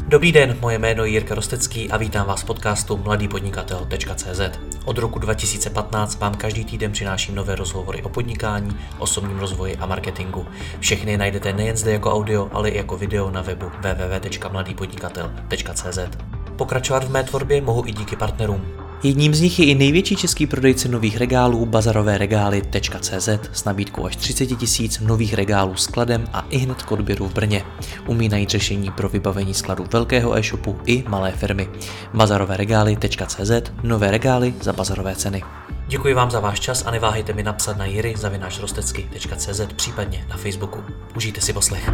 Dobrý den, moje jméno je Jirka Rostecký a vítám vás v podcastu mladýpodnikatel.cz. Od roku 2015 vám každý týden přináším nové rozhovory o podnikání, osobním rozvoji a marketingu. Všechny najdete nejen zde jako audio, ale i jako video na webu www.mladýpodnikatel.cz. Pokračovat v mé tvorbě mohu i díky partnerům. Jedním z nich je i největší český prodejce nových regálů bazaroveregály.cz s nabídkou až 30 000 nových regálů skladem a ihned k odběru v Brně. Umí najít řešení pro vybavení skladu velkého e-shopu i malé firmy. bazaroveregály.cz, nové regály za bazarové ceny. Děkuji vám za váš čas a neváhejte mi napsat na jiry@rostecky.cz, případně na Facebooku. Užijte si poslech.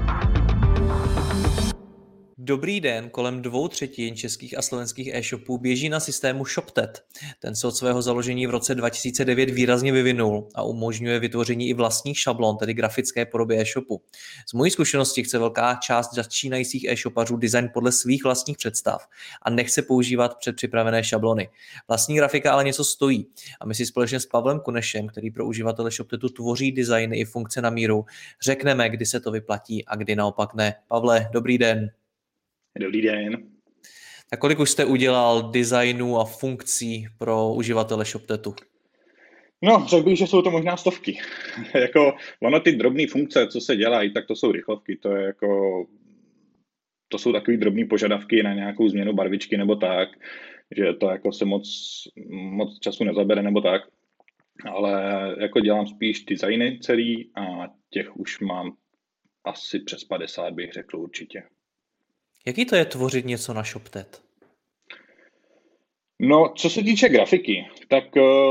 Dobrý den, kolem 2/3 českých a slovenských e-shopů běží na systému ShopTet. Ten se od svého založení v roce 2009 výrazně vyvinul a umožňuje vytvoření i vlastních šablon, tedy grafické podoby e-shopu. Z mojí zkušenosti chce velká část začínajících e-shopařů design podle svých vlastních představ a nechce používat předpřipravené šablony. Vlastní grafika ale něco stojí a my si společně s Pavlem Kunešem, který pro uživatele ShopTetu tvoří designy i funkce na míru, řekneme, kdy se to vyplatí a kdy naopak ne. Pavle, dobrý den. Dobrý den. Tak kolik už jste udělal designů a funkcí pro uživatele ShopTetu? No, řekl bych, že jsou to možná stovky. Jako ono ty drobné funkce, co se dělají, tak to jsou rychlovky. To jsou takový drobné požadavky na nějakou změnu barvičky nebo tak, že to jako se moc času nezabere nebo tak. Ale jako dělám spíš designy celý a těch už mám asi přes 50, bych řekl určitě. Jaký to je tvořit něco na ShopTet? No, co se týče grafiky, tak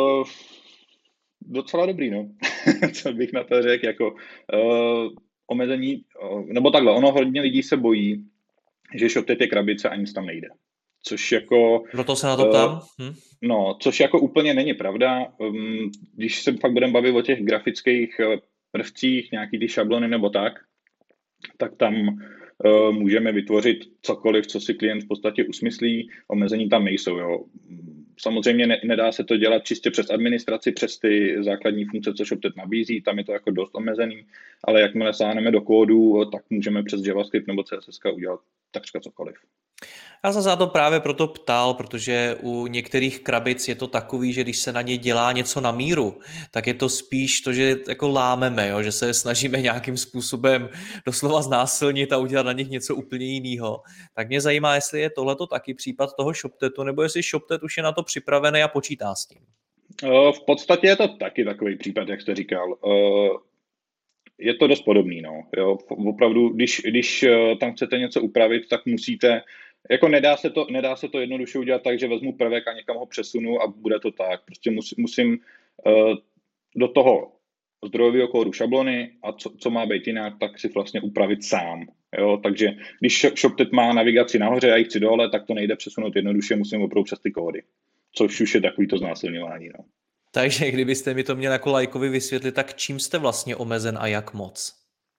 docela dobrý, no. Co bych na to řekl, jako omezení, nebo takhle, ono hodně lidí se bojí, že ShopTet je krabice a nic tam nejde. Což jako... Proto se na to ptám. No, což jako úplně není pravda. Když se fakt budeme bavit o těch grafických prvcích, nějaký ty šablony nebo tak tam můžeme vytvořit cokoliv, co si klient v podstatě usmyslí, omezení tam nejsou. Jo. Samozřejmě nedá se to dělat čistě přes administraci, přes ty základní funkce, co ShopTet nabízí, tam je to jako dost omezený, ale jakmile sáhneme do kódu, tak můžeme přes JavaScript nebo CSS udělat takřka cokoliv. Já jsem se na to právě proto ptal, protože u některých krabic je to takový, že když se na ně dělá něco na míru, tak je to spíš to, že jako lámeme, jo? Že se snažíme nějakým způsobem doslova znásilnit a udělat na nich něco úplně jiného. Tak mě zajímá, jestli je tohleto taky případ toho ShopTetu, nebo jestli ShopTet už je na to připravený a počítá s tím. V podstatě je to taky takový případ, jak jste říkal. Je to dost podobný, no. Jo? Opravdu, když tam chcete něco upravit, tak musíte. Jako nedá se to jednoduše udělat tak, že vezmu prvek a někam ho přesunu a bude to tak. Prostě musím do toho zdrojového kódu šablony a co má být jinak, tak si vlastně upravit sám. Jo? Takže když ShopTet má navigaci nahoře a ji chci dole, tak to nejde přesunout jednoduše, musím opravdu přes ty kódy. Což už je takový to znásilňování. No. Takže kdybyste mi to měl jako laikovi vysvětlit, tak čím jste vlastně omezen a jak moc?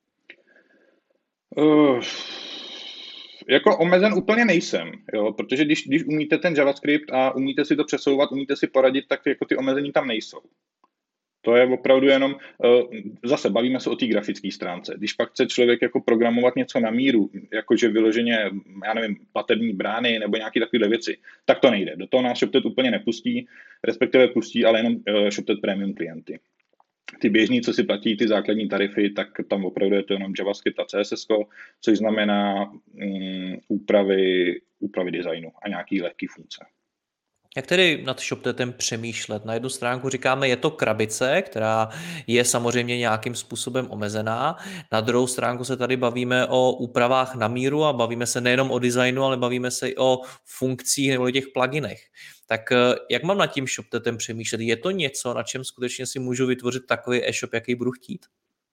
Jako omezen úplně nejsem, jo? Protože když umíte ten JavaScript a umíte si to přesouvat, umíte si poradit, tak jako ty omezení tam nejsou. To je opravdu jenom, zase bavíme se o té grafické stránce. Když pak chce člověk jako programovat něco na míru, jakože vyloženě, já nevím, platební brány nebo nějaké takové věci, tak to nejde. Do toho nás ShopTet úplně nepustí, respektive pustí, ale jenom ShopTet Premium klienty. Ty běžní, co si platí ty základní tarify, tak tam opravdu je to jenom JavaScript a CSS, což znamená úpravy designu a nějaký lehký funkce. Jak tedy nad ShopTetem přemýšlet? Na jednu stránku říkáme, je to krabice, která je samozřejmě nějakým způsobem omezená. Na druhou stránku se tady bavíme o úpravách na míru a bavíme se nejenom o designu, ale bavíme se i o funkcích nebo o těch pluginech. Tak jak mám nad tím ShopTetem přemýšlet? Je to něco, na čem skutečně si můžu vytvořit takový e-shop, jaký budu chtít?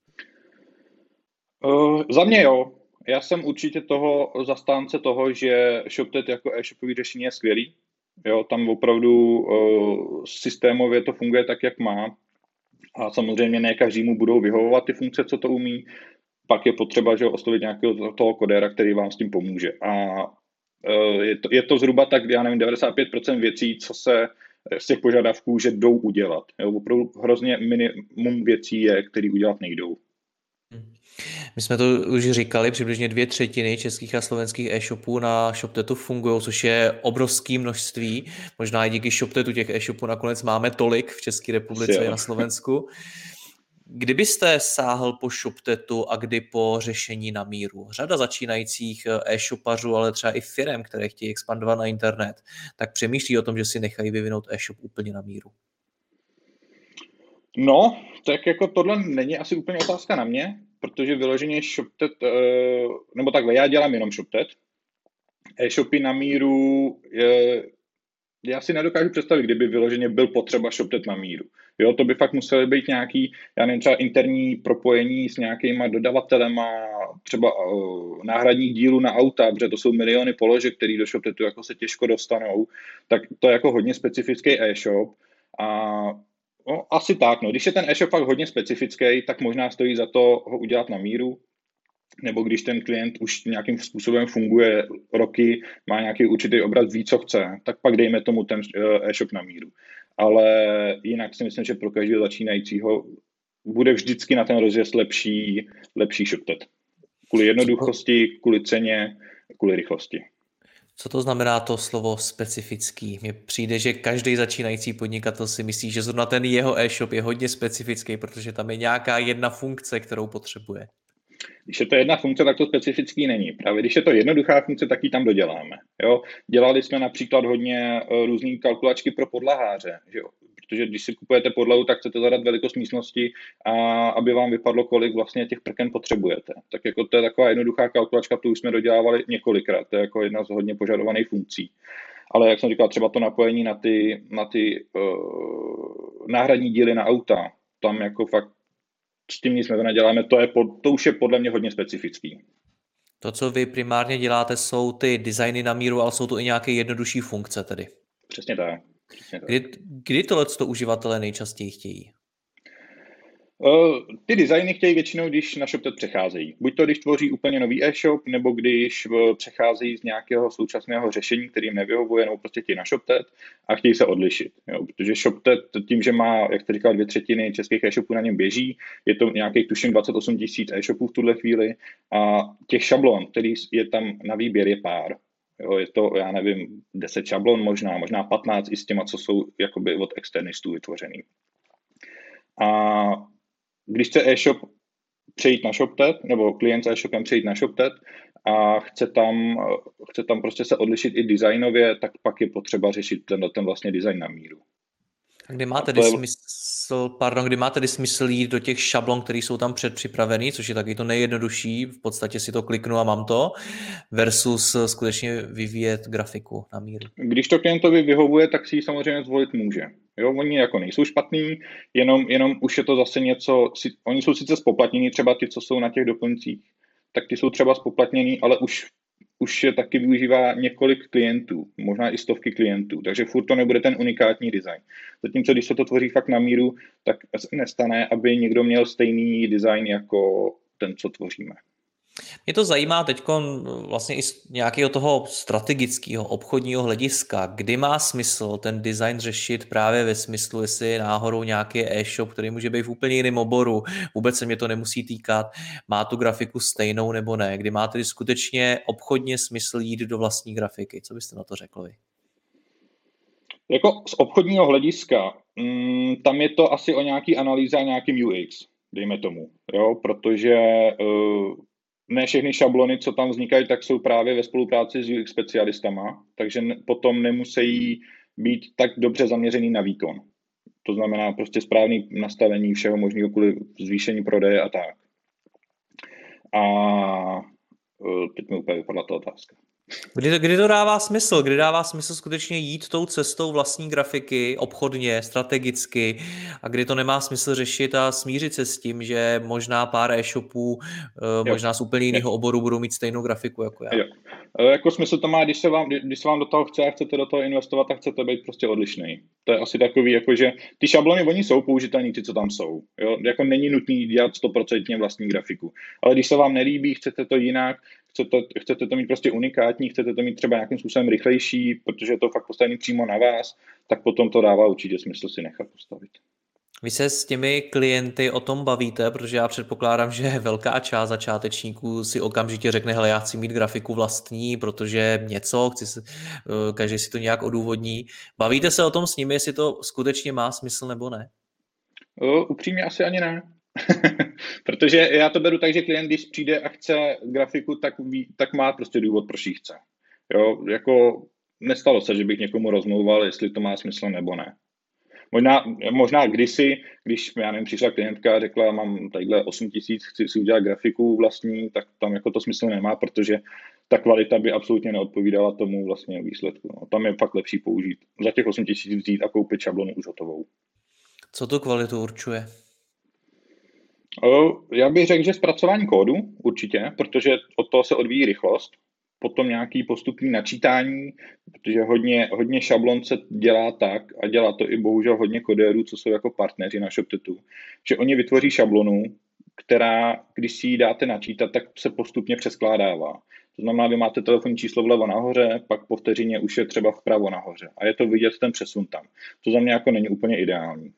Za mě jo. Já jsem určitě zastánce toho, že ShopTet jako e-shopový řešení je skvělý. Jo, tam opravdu systémově to funguje tak, jak má. A samozřejmě ne každému budou vyhovovat ty funkce, co to umí. Pak je potřeba, že oslovit nějakého toho kodéra, který vám s tím pomůže. A je to zhruba tak, já nevím, 95% věcí, co se z těch požadavků, že jdou udělat. Jo, opravdu hrozně minimum věcí je, které udělat nejdou. Hm. My jsme to už říkali, přibližně 2/3 českých a slovenských e-shopů na ShopTetu fungují, což je obrovské množství. Možná i díky ShopTetu těch e-shopů nakonec máme tolik v České Asi republice i jo. na Slovensku. Kdybyste sáhl po ShopTetu a kdy po řešení na míru? Řada začínajících e-shopařů, ale třeba i firem, které chtějí expandovat na internet, tak přemýšlí o tom, že si nechají vyvinout e-shop úplně na míru. No, tak jako tohle není asi úplně otázka na mě, protože vyloženě ShopTet, nebo takhle, já dělám jenom ShopTet. E-shopy na míru, já si nedokážu představit, kdyby vyloženě byl potřeba ShopTet na míru. Jo, to by fakt musely být nějaký, já nevím, třeba interní propojení s nějakýma dodavatelema, třeba náhradních dílů na auta, protože to jsou miliony položek, které do ShopTetu jako se těžko dostanou, tak to je jako hodně specifický e-shop a no, asi tak, no. Když je ten e-shop fakt hodně specifický, tak možná stojí za to ho udělat na míru, nebo když ten klient už nějakým způsobem funguje roky, má nějaký určitý obrat, ví, co chce, tak pak dejme tomu ten e-shop na míru. Ale jinak si myslím, že pro každého začínajícího bude vždycky na ten rozjezd lepší ShopTet. Kvůli jednoduchosti, kvůli ceně, kvůli rychlosti. Co to znamená to slovo specifický? Mně přijde, že každý začínající podnikatel si myslí, že zrovna ten jeho e-shop je hodně specifický, protože tam je nějaká jedna funkce, kterou potřebuje. Když je to jedna funkce, tak to specifický není. Právě když je to jednoduchá funkce, tak ji tam doděláme. Jo? Dělali jsme například hodně různé kalkulačky pro podlaháře. Jo? Protože když si kupujete podlahu, tak chcete zadat velikost místnosti, a aby vám vypadlo, kolik vlastně těch prken potřebujete. Tak jako to je taková jednoduchá kalkulačka, tu už jsme dodělávali několikrát. To je jako jedna z hodně požadovaných funkcí. Ale jak jsem říkal, třeba to napojení na ty náhradní díly na auta, tam jako fakt s tím nic jsme to neděláme, to už je podle mě hodně specifický. To, co vy primárně děláte, jsou ty designy na míru, ale jsou to i nějaké jednodušší funkce tedy. Přesně tak. Kdy tohleto uživatelé nejčastěji chtějí? Ty designy chtějí většinou, když na ShopTet přecházejí. Buď to, když tvoří úplně nový e-shop, nebo když přecházejí z nějakého současného řešení, kterým nevyhovuje, nebo prostě chtějí na ShopTet a chtějí se odlišit. Jo? Protože ShopTet tím, že má, jak jste říkal, 2/3 českých e-shopů na něm běží, je to nějakých tuším 28 000 e-shopů v tuhle chvíli a těch šablon, který je tam na výběr, je pár. Jo, je to, já nevím, 10 šablon možná 15 i s těma, co jsou jakoby od externistů vytvořený. A když chce e-shop přejít na ShopTet, nebo klient s e-shopem přejít na ShopTet a chce tam prostě se odlišit i designově, tak pak je potřeba řešit ten vlastně design na míru. Kdy má tedy smysl jít do těch šablon, které jsou tam předpřipravený, což je taky to nejjednodušší, v podstatě si to kliknu a mám to, versus skutečně vyvíjet grafiku na míru. Když to klientovi vyhovuje, tak si ji samozřejmě zvolit může. Jo, oni jako nejsou špatný, jenom už je to zase něco, oni jsou sice spoplatnění, třeba ty, co jsou na těch doplňcích, tak ty jsou třeba spoplatnění, ale už je taky využívá několik klientů, možná i stovky klientů, takže furt to nebude ten unikátní design. Zatímco když se to tvoří fakt na míru, tak nestane, aby někdo měl stejný design jako ten, co tvoříme. Mě to zajímá teď vlastně i z nějakého toho strategického obchodního hlediska, kdy má smysl ten design řešit právě ve smyslu, jestli je náhodou nějaký e-shop, který může být v úplně jiném oboru, vůbec se mě to nemusí týkat, má tu grafiku stejnou nebo ne, kdy má tedy skutečně obchodně smysl jít do vlastní grafiky. Co byste na to řekl vy? Jako z obchodního hlediska, tam je to asi o nějaký analýze a nějakým UX, dejme tomu, jo, protože ne všechny šablony, co tam vznikají, tak jsou právě ve spolupráci s UX specialistama, takže potom nemusí být tak dobře zaměřený na výkon. To znamená prostě správné nastavení všeho možného kvůli zvýšení prodeje a tak. A teď mi úplně vypadla ta otázka. Kdy to dává smysl? Kdy dává smysl skutečně jít tou cestou vlastní grafiky, obchodně, strategicky, a kdy to nemá smysl řešit a smířit se s tím, že možná pár e-shopů, možná z úplně jiného oboru budou mít stejnou grafiku jako já. Jo. Jako smysl to má, když se vám do toho chce a chcete do toho investovat, tak chcete být prostě odlišný. To je asi takový, jako že ty šablony, oni jsou použitelný, ty, co tam jsou. Jo? Jako není nutný dělat 100% vlastní grafiku. Ale když se vám nelíbí, chcete to jinak, chcete to mít prostě unikátní, chcete to mít třeba nějakým způsobem rychlejší, protože je to fakt postavený přímo na vás, tak potom to dává určitě smysl si nechat postavit. Vy se s těmi klienty o tom bavíte, protože já předpokládám, že velká část začátečníků si okamžitě řekne, hele, já chci mít grafiku vlastní, protože něco, každý si to nějak odůvodní. Bavíte se o tom s nimi, jestli to skutečně má smysl nebo ne? Upřímně asi ani ne. Protože já to beru tak, že klient, když přijde a chce grafiku, tak má prostě důvod, proč ji chce. Jo, jako nestalo se, že bych někomu rozmlouval, jestli to má smysl nebo ne. Možná kdysi, když, já nevím, přišla klientka a řekla, mám tadyhle 8 000, chci si udělat grafiku vlastní, tak tam jako to smysl nemá, protože ta kvalita by absolutně neodpovídala tomu vlastně výsledku. No. Tam je fakt lepší použít. Za těch 8 000 vzít a koupit šablonu už hotovou. Co tu kvalitu určuje? Já bych řekl, že zpracování kódu určitě, protože od toho se odvíjí rychlost, potom nějaký postupný načítání, protože hodně šablon se dělá tak, a dělá to i bohužel hodně kodérů, co jsou jako partneři na ShopTetu, že oni vytvoří šablonu, která, když si ji dáte načítat, tak se postupně přeskládává. To znamená, vy máte telefonní číslo vlevo nahoře, pak po vteřině už je třeba vpravo nahoře. A je to vidět ten přesun tam. To za mě jako není úplně ideální.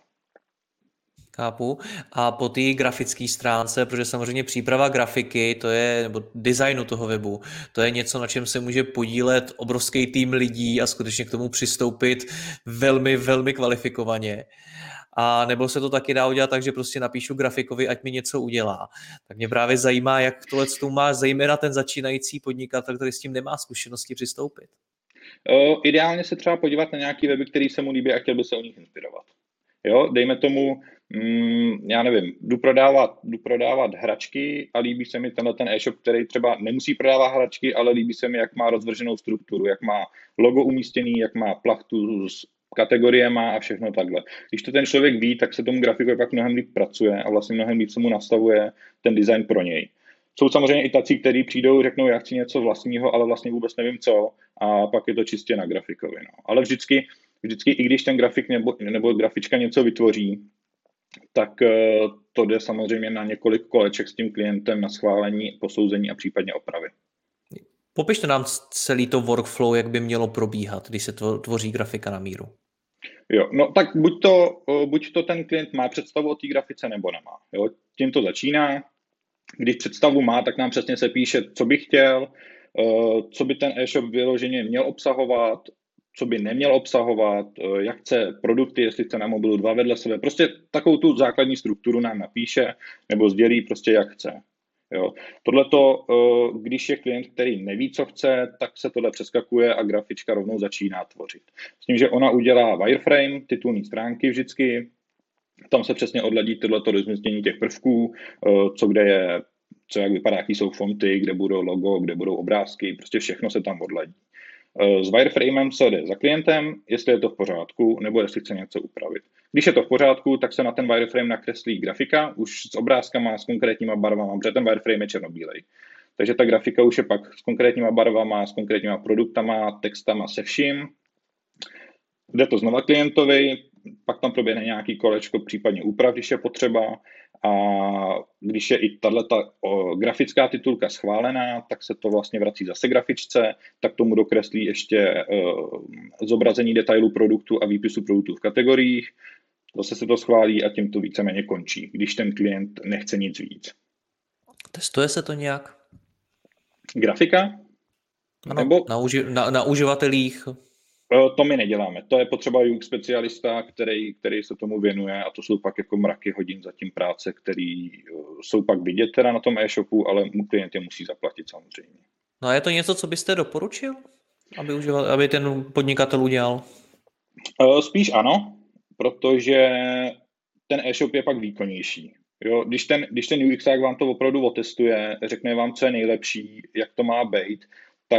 Chápu. A po té grafické stránce, protože samozřejmě příprava grafiky, to je, nebo designu toho webu, to je něco, na čem se může podílet obrovský tým lidí a skutečně k tomu přistoupit velmi, velmi kvalifikovaně. A nebo se to taky dá udělat tak, že prostě napíšu grafikovi, ať mi něco udělá. Tak mě právě zajímá, jak tohle s má zejména ten začínající podnikatel, který s tím nemá zkušenosti, přistoupit. Ideálně se třeba podívat na nějaký weby, který se mu líbí a chtěl by se o nich inspirovat. Jo, dejme tomu, já nevím, jdu prodávat hračky a líbí se mi ten e-shop, který třeba nemusí prodávat hračky, ale líbí se mi, jak má rozvrženou strukturu, jak má logo umístěný, jak má plachtu s kategoriema a všechno takhle. Když to ten člověk ví, tak se tomu grafiku pak mnohem líp pracuje a vlastně mnohem líp se mu nastavuje ten design pro něj. Jsou samozřejmě i tací, kteří přijdou, řeknou, já chci něco vlastního, ale vlastně vůbec nevím co, a pak je to čistě na grafikovi. No. Ale vždycky, i když ten grafik nebo grafička něco vytvoří, tak to jde samozřejmě na několik koleček s tím klientem na schválení, posouzení a případně opravy. Popište nám celý to workflow, jak by mělo probíhat, když se tvoří grafika na míru. Jo, no tak buď to ten klient má představu o té grafice, nebo nemá. Jo. Tím to začíná. Když představu má, tak nám přesně se píše, co by chtěl, co by ten e-shop vyloženě měl obsahovat, co by neměl obsahovat, jak chce produkty, jestli chce na mobilu 2 vedle sebe. Prostě takovou tu základní strukturu nám napíše nebo sdělí prostě jak chce. Jo. Tohleto, když je klient, který neví, co chce, tak se tohle přeskakuje a grafička rovnou začíná tvořit. S tím, že ona udělá wireframe, titulní stránky vždycky, tam se přesně odladí tohleto rozmístění těch prvků, co kde je, co jak vypadá, jaký jsou fonty, kde budou logo, kde budou obrázky, prostě všechno se tam odladí. S wireframem se jde za klientem, jestli je to v pořádku, nebo jestli chce něco upravit. Když je to v pořádku, tak se na ten wireframe nakreslí grafika, už s obrázkama, s konkrétníma barvama, protože ten wireframe je černobílej. Takže ta grafika už je pak s konkrétníma barvama, s konkrétníma produktama, textama, se vším. Jde to znova klientovi, pak tam proběhne nějaký kolečko, případně úprav, když je potřeba. A když je i tato grafická titulka schválená, tak se to vlastně vrací zase grafičce, tak tomu dokreslí ještě zobrazení detailů produktu a výpisu produktů v kategoriích. Zase se to schválí a tím to víceméně končí, když ten klient nechce nic víc. Testuje se to nějak? Grafika? Ano, nebo na uživatelích? To my neděláme. To je potřeba UX specialista, který se tomu věnuje, a to jsou pak jako mraky hodin zatím práce, které jsou pak vidět teda na tom e-shopu, ale klient je musí zaplatit samozřejmě. No a je to něco, co byste doporučil, aby ten podnikatel udělal? Spíš ano, protože ten e-shop je pak výkonnější. Jo, když ten UXák vám to opravdu otestuje, řekne vám, co je nejlepší, jak to má být, tak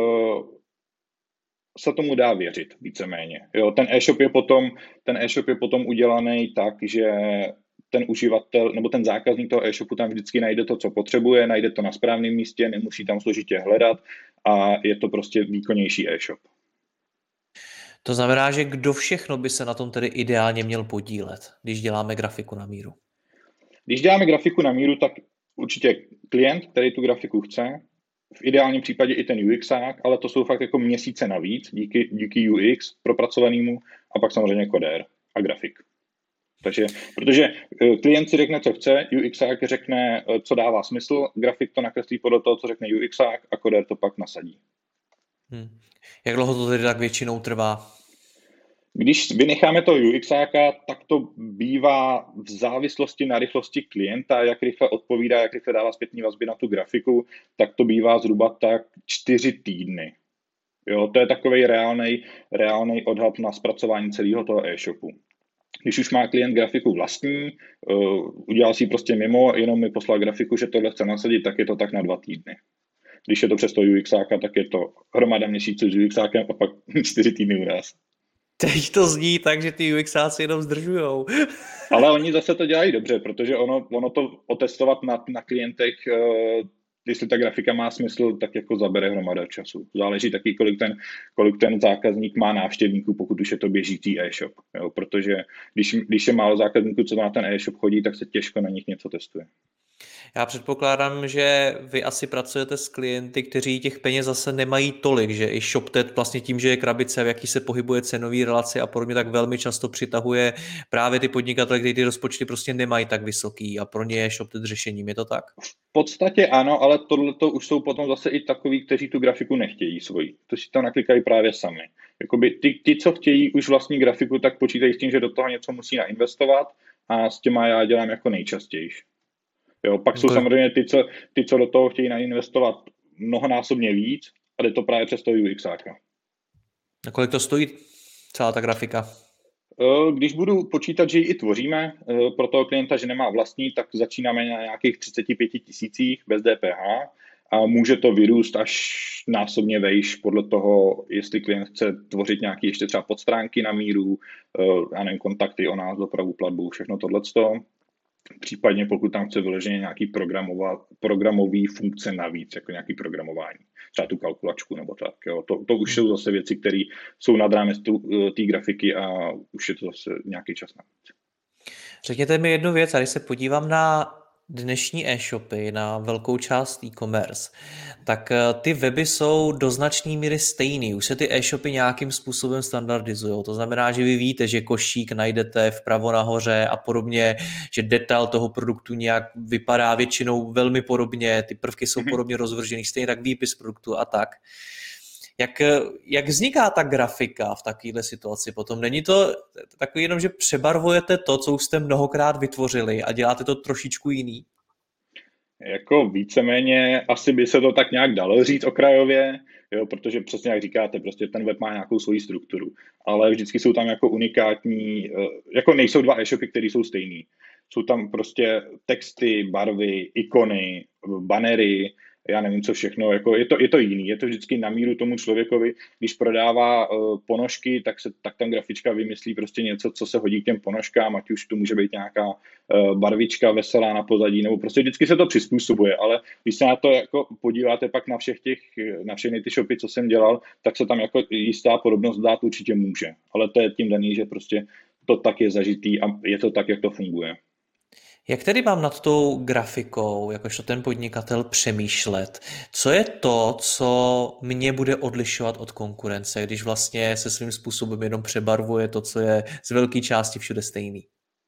se tomu dá věřit víceméně. Jo, ten e-shop je potom udělaný tak, že ten uživatel nebo ten zákazník toho e-shopu tam vždycky najde to, co potřebuje, najde to na správném místě, nemusí tam složitě hledat a je to prostě výkonnější e-shop. To znamená, že kdo všechno by se na tom tedy ideálně měl podílet, když děláme grafiku na míru? Když děláme grafiku na míru, tak určitě klient, který tu grafiku chce, v ideálním případě i ten UXák, ale to jsou fakt jako měsíce navíc díky UX propracovanému a pak samozřejmě kodér a grafik. Takže, protože klient si řekne, co chce, UXák řekne, co dává smysl, grafik to nakreslí podle toho, co řekne UXák a kodér to pak nasadí. Jak dlouho to tedy tak většinou trvá? Když vynecháme toho UXáka, tak to bývá v závislosti na rychlosti klienta, jak rychle odpovídá, jak rychle dává zpětní vazby na tu grafiku, tak to bývá zhruba tak 4 týdny. Jo, to je takový reálný odhad na zpracování celého toho e-shopu. Když už má klient grafiku vlastní, udělal si ji prostě mimo, jenom mi poslal grafiku, že tohle chce nasadit, tak je to tak na 2 týdny. Když je to přes toho UXáka, tak je to hromada měsíců s UXákem a pak 4 týdny u nás. Teď to zní tak, že ty UXáci jenom zdržujou. Ale oni zase to dělají dobře, protože ono to otestovat na klientech, jestli ta grafika má smysl, tak jako zabere hromada času. Záleží taky, kolik ten zákazník má návštěvníků, pokud už je to běžící e-shop. Jo? Protože když je málo zákazníků, co na ten e-shop chodí, tak se těžko na nich něco testuje. Já předpokládám, že vy asi pracujete s klienty, kteří těch peněz zase nemají tolik, že i ShopTet vlastně tím, že je krabice, v jaký se pohybuje cenový relace a podobně, tak velmi často přitahuje právě ty podnikatele, kteří ty rozpočty prostě nemají tak vysoký a pro ně je ShopTet řešením, je to tak? V podstatě ano, ale tohleto už jsou potom zase i takový, kteří tu grafiku nechtějí svoji. To si tam naklikají právě sami. Jakoby ty, co chtějí už vlastní grafiku, tak počítají s tím, že do toho něco musí nainvestovat a s těma já dělám jako nejčastěji. Jo, pak jsou samozřejmě ty, co do toho chtějí nainvestovat mnohonásobně víc, ale je to právě přes toho UXáka. A kolik to stojí celá ta grafika? Když budu počítat, že ji i tvoříme pro toho klienta, že nemá vlastní, tak začínáme na nějakých 35 000 bez DPH a může to vyrůst až násobně vejš podle toho, jestli klient chce tvořit nějaké ještě třeba podstránky na míru, já nevím, kontakty o nás, dopravu, platbu, všechno tohleto. Případně pokud tam chce vyloženě nějaký programový funkce navíc, jako nějaký programování, třeba tu kalkulačku nebo tak. Jo. To už jsou zase věci, které jsou nad rámec té grafiky a už je to zase nějaký čas navíc. Řekněte mi jednu věc, a když se podívám na dnešní e-shopy, na velkou část e-commerce, tak ty weby jsou do značné míry stejný. Už se ty e-shopy nějakým způsobem standardizují. To znamená, že vy víte, že košík najdete vpravo nahoře a podobně, že detail toho produktu nějak vypadá většinou velmi podobně, ty prvky jsou podobně rozvržený, stejně tak výpis produktu a tak. Jak vzniká ta grafika v takovéhle situaci potom? Není to takový jenom, že přebarvujete to, co už jste mnohokrát vytvořili a děláte to trošičku jiný? Jako víceméně asi by se to tak nějak dalo říct okrajově, jo, protože přesně jak říkáte, prostě ten web má nějakou svoji strukturu, ale vždycky jsou tam jako unikátní, jako nejsou dva e-shopy, které jsou stejný. Jsou tam prostě texty, barvy, ikony, bannery, já nevím co všechno, jako je to jiný, je to vždycky na míru tomu člověkovi, když prodává ponožky, tak tam grafička vymyslí prostě něco, co se hodí k těm ponožkám, ať už to může být nějaká barvička veselá na pozadí, nebo prostě vždycky se to přizpůsobuje, ale když se na to jako podíváte pak na všechny ty shopy, co jsem dělal, tak se tam jako jistá podobnost dát určitě může, ale to je tím daný, že prostě to tak je zažitý a je to tak, jak to funguje. Jak tedy mám nad tou grafikou, jakožto ten podnikatel, přemýšlet? Co je to, co mě bude odlišovat od konkurence, když vlastně se svým způsobem jenom přebarvuje to, co je z velké části všude stejný?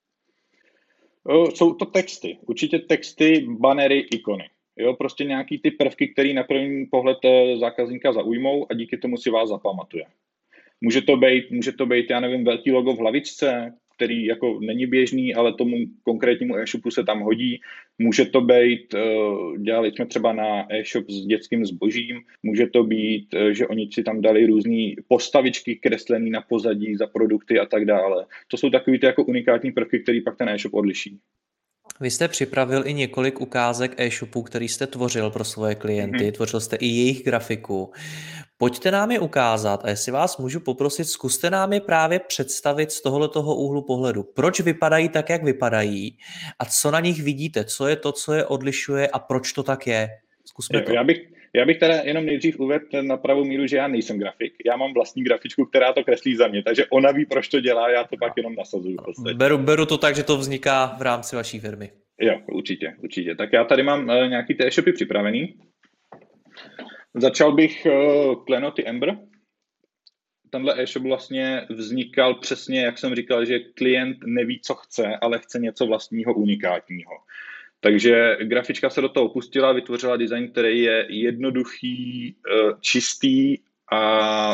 Jsou to texty. Určitě texty, bannery, ikony. Jo, prostě nějaký ty prvky, které na první pohled zákazníka zaujmou a díky tomu si vás zapamatuje. Může to být, já nevím, velký logo v hlavičce, který jako není běžný, ale tomu konkrétnímu e-shopu se tam hodí. Může to být, dělali jsme třeba na e-shop s dětským zbožím, může to být, že oni si tam dali různé postavičky kreslené na pozadí za produkty a tak dále. To jsou takový ty jako unikátní prvky, který pak ten e-shop odliší. Vy jste připravil i několik ukázek e-shopů, který jste tvořil pro svoje klienty, tvořil jste i jejich grafiku. Pojďte nám je ukázat a jestli vás můžu poprosit, zkuste nám je právě představit z tohoto úhlu pohledu. Proč vypadají tak, jak vypadají a co na nich vidíte, co je to, co je odlišuje a proč to tak je. Zkusme to. Já bych teda jenom nejdřív uvedl na pravou míru, že já nejsem grafik. Já mám vlastní grafičku, která to kreslí za mě, takže ona ví, proč to dělá, já to pak jenom nasazuju. Beru to tak, že to vzniká v rámci vaší firmy. Jo, určitě. Tak já tady mám nějaký ty e-shopy připravený. Začal bych klenoty Ember. tenhle e-shop vlastně vznikal přesně, jak jsem říkal, že klient neví, co chce, ale chce něco vlastního, unikátního. Takže grafička se do toho pustila, vytvořila design, který je jednoduchý, čistý a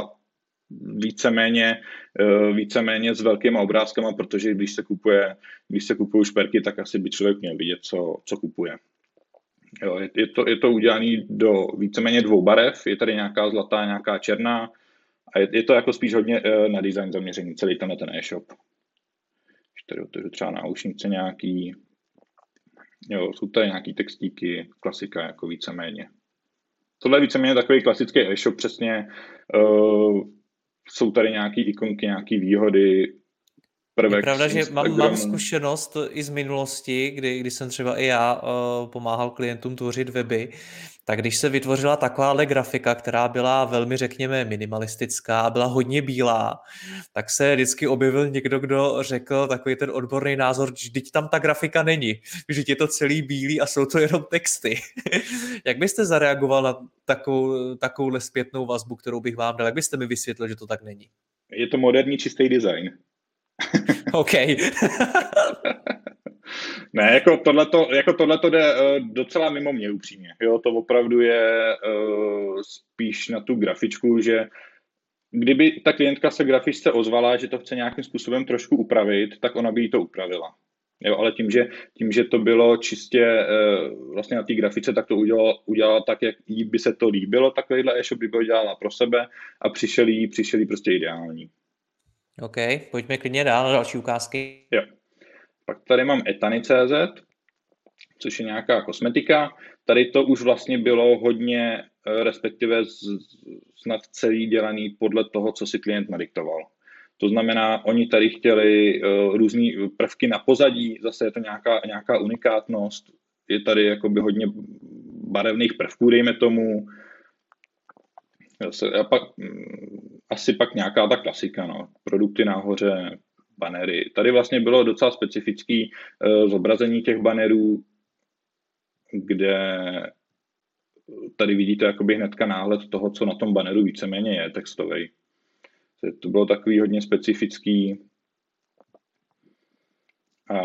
víceméně s velkýma obrázkama, protože když se kupují šperky, tak asi by člověk měl vidět, co kupuje. Jo, je to udělané do víceméně 2 barev, je tady nějaká zlatá, nějaká černá a je to jako spíš hodně na design zaměřený, celý ten e-shop. Když tady otevřu třeba náušnice nějaký, jo, jsou tady nějaký textíky, klasika jako víceméně. Tohle je víceméně takový klasický e-shop, přesně jsou tady nějaký ikonky, nějaký výhody, prvek. Je pravda, že mám zkušenost i z minulosti, kdy jsem třeba i já pomáhal klientům tvořit weby, tak když se vytvořila takováhle grafika, která byla velmi, řekněme, minimalistická a byla hodně bílá, tak se vždycky objevil někdo, kdo řekl takový ten odborný názor, že teď tam ta grafika není, že je to celý bílý a jsou to jenom texty. Jak byste zareagoval na takovouhle zpětnou vazbu, kterou bych vám dal? Jak byste mi vysvětlil, že to tak není? Je to moderní čistý design. OK. Ne, jako tohleto jde docela mimo mě upřímně. Jo, to opravdu je spíš na tu grafičku, že kdyby ta klientka se grafičce ozvala, že to chce nějakým způsobem trošku upravit, tak ona by jí to upravila. Jo, ale tím, že to bylo čistě vlastně na té grafice, tak to udělala tak, jak jí by se to líbilo, takovýhle e-shop by dělala pro sebe a přišel jí prostě ideální. OK, pojďme klidně dál na další ukázky. Jo. Pak tady mám etany.cz, což je nějaká kosmetika. Tady to už vlastně bylo hodně, respektive snad celý dělaný podle toho, co si klient nadiktoval. To znamená, oni tady chtěli různé prvky na pozadí, zase je to nějaká unikátnost, je tady jakoby hodně barevných prvků, dejme tomu. Asi pak nějaká ta klasika, no. Produkty nahoře, banery. Tady vlastně bylo docela specifický zobrazení těch banerů, kde tady vidíte jakoby hnedka náhled toho, co na tom baneru víceméně je textový. To bylo takový hodně specifický. A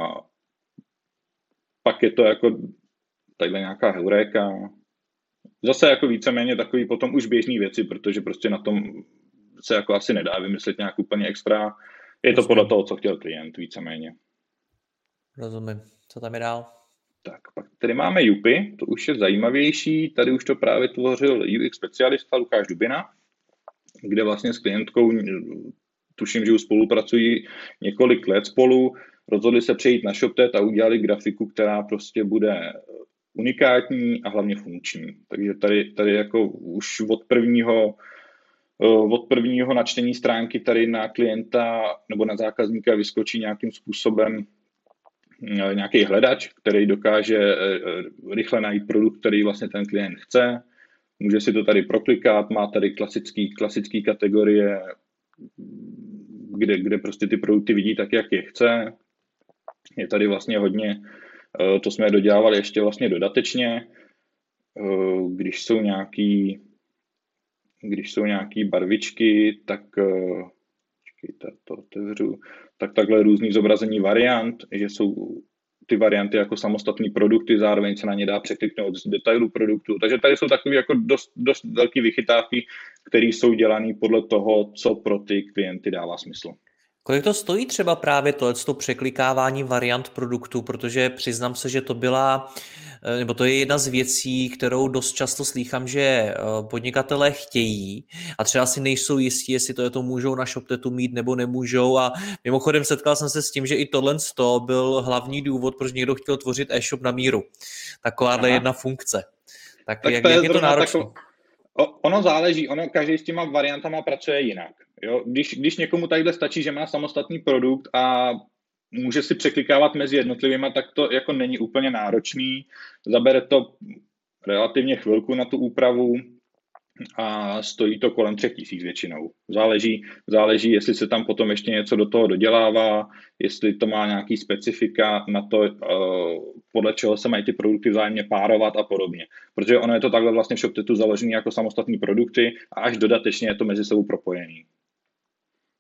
pak je to jako tadyhle nějaká heuréka. Zase jako víceméně takový potom už běžný věci, protože prostě na tom se jako asi nedá vymyslet nějak úplně extra. Je to podle toho, co chtěl klient víceméně. Rozumím. Co tam je dál? Tak, pak tady máme Jupy, to už je zajímavější. Tady už to právě tvořil UX specialista Lukáš Dubina, kde vlastně s klientkou, tuším, že už spolupracují několik let spolu, rozhodli se přejít na ShopTet a udělali grafiku, která prostě bude unikátní a hlavně funkční. Takže tady jako už od prvního načtení stránky tady na klienta nebo na zákazníka vyskočí nějakým způsobem nějaký hledač, který dokáže rychle najít produkt, který vlastně ten klient chce. Může si to tady proklikat, má tady klasický kategorie, kde prostě ty produkty vidí tak, jak je chce. Je tady vlastně hodně, to jsme dodělávali ještě vlastně dodatečně, když jsou nějaký barvičky, tak to otevřu, tak takhle různý zobrazení variant, že jsou ty varianty jako samostatné produkty, zároveň se na ně dá překliknout z detailu produktu. Takže tady jsou takové jako dost velké vychytávky, které jsou dělané podle toho, co pro ty klienty dává smysl. Kolik to stojí třeba právě to překlikávání variant produktů, protože přiznám se, že to je jedna z věcí, kterou dost často slýchám, že podnikatelé chtějí a třeba si nejsou jistí, jestli to můžou na ShopTetu mít nebo nemůžou a mimochodem setkal jsem se s tím, že i tohle byl hlavní důvod, proč někdo chtěl tvořit e-shop na míru. Takováhle jedna funkce. Tak jak je to náročné? Ono záleží, každý s těma variantama pracuje jinak. Jo? Když někomu tadyhle stačí, že má samostatný produkt a může si překlikávat mezi jednotlivými, tak to jako není úplně náročný. Zabere to relativně chvilku na tu úpravu a stojí to kolem 3000 většinou. Záleží, jestli se tam potom ještě něco do toho dodělává, jestli to má nějaký specifika na to, podle čeho se mají ty produkty vzájemně párovat a podobně. Protože ono je to takhle vlastně v ShopTetu založené jako samostatné produkty a až dodatečně je to mezi sebou propojený.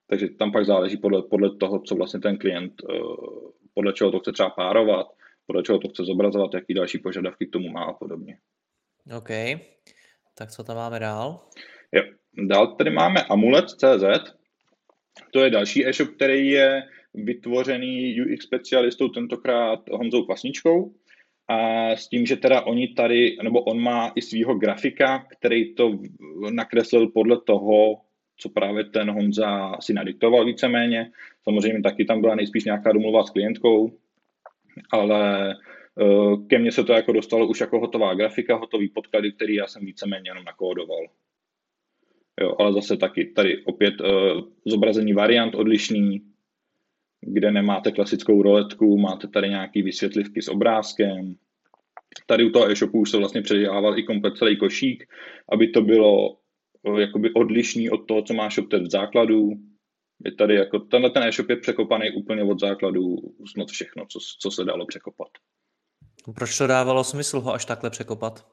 Takže tam pak záleží podle toho, co vlastně ten klient, podle čeho to chce třeba párovat, podle čeho to chce zobrazovat, jaký další požadavky k tomu má a podobně. OK. Tak co tam máme dál? Jo. Dál tady máme Amulet.cz. To je další e-shop, který je vytvořený UX specialistou, tentokrát Honzou Kvasničkou. A s tím, že teda oni tady, nebo on má i svýho grafika, který to nakreslil podle toho, co právě ten Honza si nadiktoval víceméně. Samozřejmě taky tam byla nejspíš nějaká domluva s klientkou, ale ke mně se to jako dostalo už jako hotová grafika, hotový podklady, který já jsem víceméně jenom nakódoval. Jo, ale zase taky tady opět zobrazení variant odlišný, kde nemáte klasickou roletku, máte tady nějaký vysvětlivky s obrázkem. Tady u toho e-shopu už se vlastně předělával i komplet celý košík, aby to bylo jakoby odlišný od toho, co má ShopTet v základu. Je tady jako, tenhle ten e-shop je překopaný úplně od základu snad všechno, co se dalo překopat. Proč to dávalo smysl ho až takhle překopat?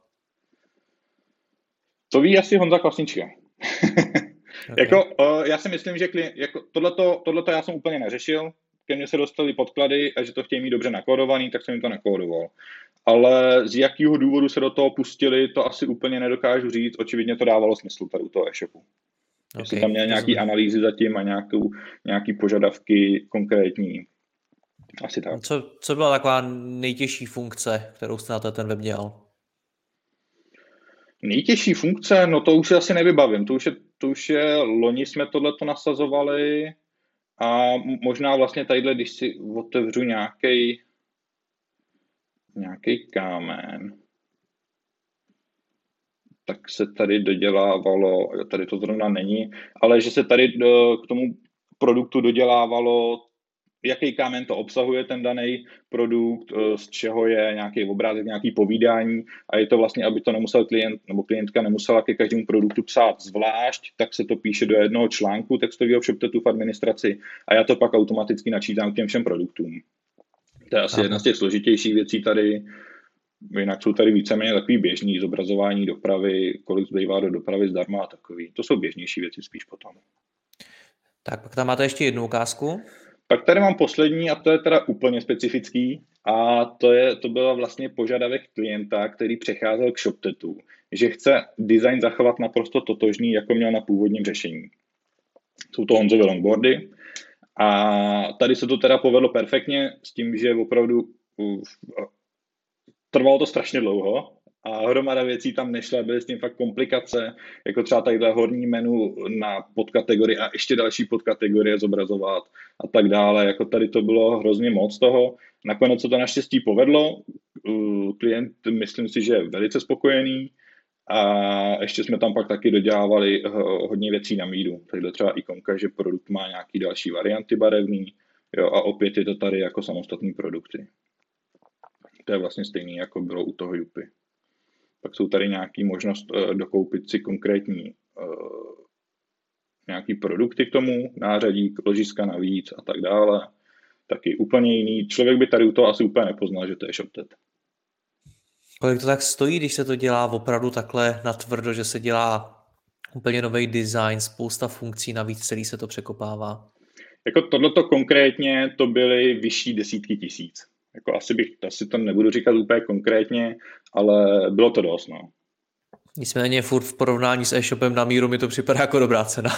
To ví asi Honza Kvasnička. Okay. Já si myslím, že jako tohleto já jsem úplně neřešil. Ke mně se dostaly podklady a že to chtějí mít dobře nakódovaný, tak jsem jim to nakódoval. Ale z jakého důvodu se do toho pustili, to asi úplně nedokážu říct. Očividně to dávalo smysl tady u toho e-shopu. Jestli tam měl nějaký analýzy zatím a nějaký požadavky konkrétní. Asi tak. Co byla taková nejtěžší funkce, kterou jste na ten web dělal? Nejtěžší funkce, no to už si asi nevybavím. To už je loni jsme tohleto nasazovali a možná vlastně tadyhle, když si otevřu nějaký kámen, tak se tady dodělávalo, tady to zrovna není, ale že se tady k tomu produktu dodělávalo, jaký kámen to obsahuje ten daný produkt, z čeho je nějaký obrázek, nějaký povídání a je to vlastně, aby to nemusel klient nebo klientka nemusela ke každému produktu psát zvlášť, tak se to píše do jednoho článku textového v ShopTetu v administraci a já to pak automaticky načítám k těm všem produktům. To je asi jedna z těch složitějších věcí tady. Jinak jsou tady víceméně takový běžný zobrazování dopravy, kolik zbývá do dopravy zdarma a takový. To jsou běžnější věci spíš potom. Tak pak tam máte ještě jednu ukázku. Pak tady mám poslední a to je teda úplně specifický a to byl vlastně požadavek klienta, který přecházel k ShopTetu, že chce design zachovat naprosto totožný, jako měl na původním řešení. Jsou to Honzovy longboardy a tady se to teda povedlo perfektně s tím, že opravdu trvalo to strašně dlouho a hromada věcí tam nešla, byly s tím fakt komplikace, jako třeba tadyhle horní menu na podkategorii a ještě další podkategorie zobrazovat a tak dále. Jako tady to bylo hrozně moc toho. Nakonec se to naštěstí povedlo. Klient, myslím si, že je velice spokojený a ještě jsme tam pak taky dodělávali hodně věcí na míru. Tadyhle třeba ikonka, že produkt má nějaký další varianty barevný, jo, a opět je to tady jako samostatný produkty. To je vlastně stejný, jako bylo u toho Jupy. Pak jsou tady nějaký možnost dokoupit si konkrétní nějaký produkty k tomu, nářadí, ložiska navíc a tak dále. Taky úplně jiný. Člověk by tady u toho asi úplně nepoznal, že to je ShopTet. Kolik to tak stojí, když se to dělá opravdu takhle natvrdo, že se dělá úplně nový design, spousta funkcí, navíc celý se to překopává? Jako tohleto konkrétně to byly vyšší desítky tisíc. Jako asi to nebudu říkat úplně konkrétně, ale bylo to dost, no. Nicméně furt v porovnání s e-shopem na míru mi to připadá jako dobrá cena.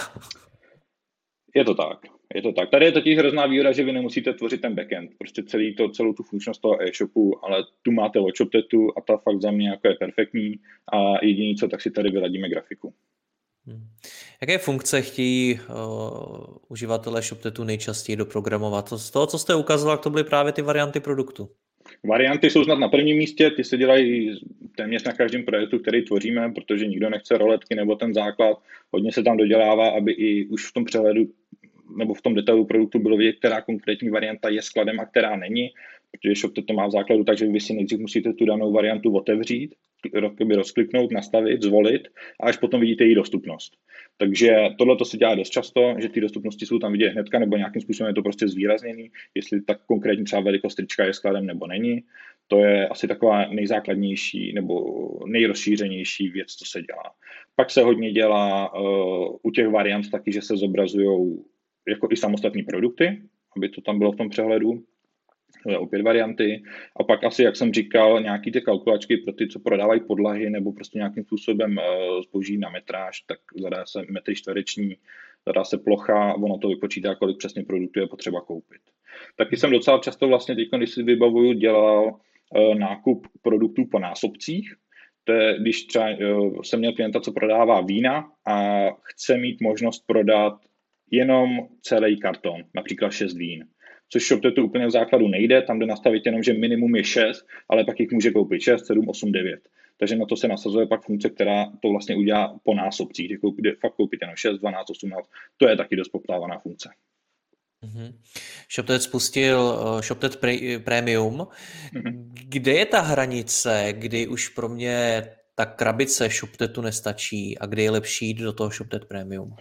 Je to tak. Tady je totiž hrozná výhoda, že vy nemusíte tvořit ten backend, prostě celou tu funkčnost toho e-shopu, ale tu máte od ShopTetu a ta fakt za mě jako je perfektní a jediný co, tak si tady vyladíme grafiku. Jaké funkce chtějí uživatelé ShopTetu nejčastěji doprogramovat? Z toho, co jste ukazoval, to byly právě ty varianty produktu. Varianty jsou snad na prvním místě, ty se dělají téměř na každém projektu, který tvoříme, protože nikdo nechce roletky nebo ten základ. Hodně se tam dodělává, aby i už v tom přehledu nebo v tom detailu produktu bylo vidět, která konkrétní varianta je skladem a která není, protože ShopTet to má v základu, takže vy si nejdřív musíte tu danou variantu otevřít, rozkliknout, nastavit, zvolit a až potom vidíte její dostupnost. Takže tohle to se dělá dost často, že ty dostupnosti jsou tam vidět hnedka nebo nějakým způsobem je to prostě zvýrazněný, jestli tak konkrétní třeba velikost trička je skladem nebo není. To je asi taková nejzákladnější nebo nejrozšířenější věc, co se dělá. Pak se hodně dělá u těch variant taky, že se zobrazují jako i samostatné produkty, aby to tam bylo v tom přehledu. To je opět varianty. A pak asi, jak jsem říkal, nějaký ty kalkulačky pro ty, co prodávají podlahy nebo prostě nějakým způsobem zboží na metráž, tak zadá se metry čtvereční, zadá se plocha, ono to vypočítá, kolik přesně produktů je potřeba koupit. Taky jsem docela často vlastně teď, když si vybavuju, dělal nákup produktů po násobcích. To je, když třeba jsem měl klienta, co prodává vína a chce mít možnost prodat jenom celý karton, například 6 vín. Což ShopTetu úplně v základu nejde, tam jde nastavit jenom, že minimum je 6, ale pak jich může koupit 6, 7, 8, 9. Takže na to se nasazuje pak funkce, která to vlastně udělá po násobcích, že fakt koupit jenom 6, 12, 18, to je taky dost poptávaná funkce. ShopTet spustil ShopTet Premium. Kde je ta hranice, kdy už pro mě ta krabice ShopTetu nestačí a kdy je lepší jít do toho ShopTet Premium?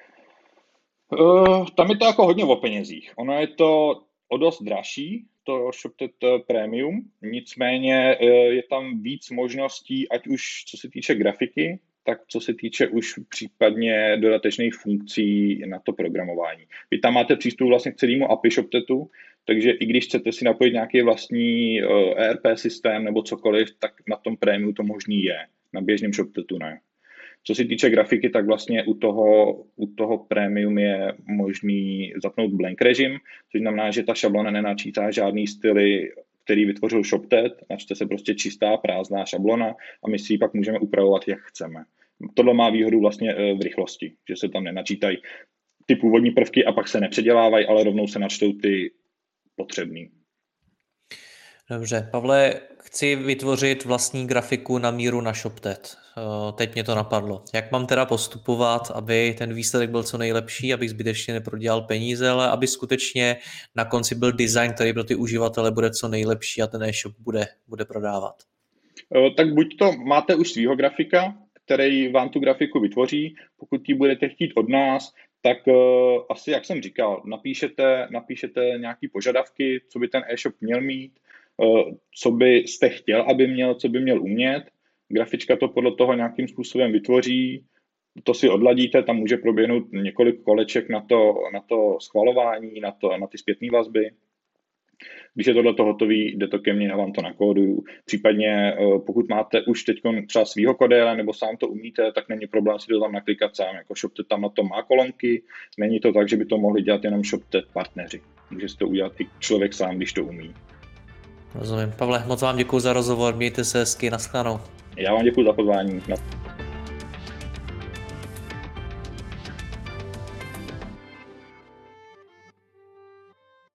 Tam je to jako hodně o penězích. Ono je to o dost dražší, to ShopTet Premium, nicméně je tam víc možností, ať už co se týče grafiky, tak co se týče už případně dodatečných funkcí na to programování. Vy tam máte přístup vlastně k celému API ShopTetu, takže i když chcete si napojit nějaký vlastní ERP systém nebo cokoliv, tak na tom prémiu to možný je, na běžném ShopTetu ne. Co se týče grafiky, tak vlastně u toho prémium je možný zapnout blank režim, což znamená, že ta šablona nenačítá žádný styly, který vytvořil ShopTet, načte se prostě čistá, prázdná šablona a my si ji pak můžeme upravovat, jak chceme. Tohle má výhodu vlastně v rychlosti, že se tam nenačítají ty původní prvky a pak se nepředělávají, ale rovnou se načtou ty potřebný. Dobře, Pavle, chci vytvořit vlastní grafiku na míru na ShopTet. Teď mě to napadlo. Jak mám teda postupovat, aby ten výsledek byl co nejlepší, abych zbytečně neprodělal peníze, ale aby skutečně na konci byl design, který pro ty uživatele bude co nejlepší a ten e-shop bude prodávat? Tak buď to máte už svýho grafika, který vám tu grafiku vytvoří, pokud ji budete chtít od nás, tak asi, jak jsem říkal, napíšete nějaké požadavky, co by ten e-shop měl mít, co byste chtěl, aby měl, co by měl umět. Grafička to podle toho nějakým způsobem vytvoří, to si odladíte, tam může proběhnout několik koleček na to schvalování, na ty zpětné vazby. Když je tohleto hotový, jde to ke mně, já vám to nakóduju. Případně pokud máte už teď třeba svýho kodéra nebo sám to umíte, tak není problém si to tam naklikat sám. Jako ShopTet tam na to má kolonky, není to tak, že by to mohli dělat jenom ShopTet partneři. Může si to udělat i člověk sám, když to umí. Rozumím. Pavle, moc vám děkuji za rozhovor, mějte se hezky, nashledanou. Já vám děkuji za pozvání.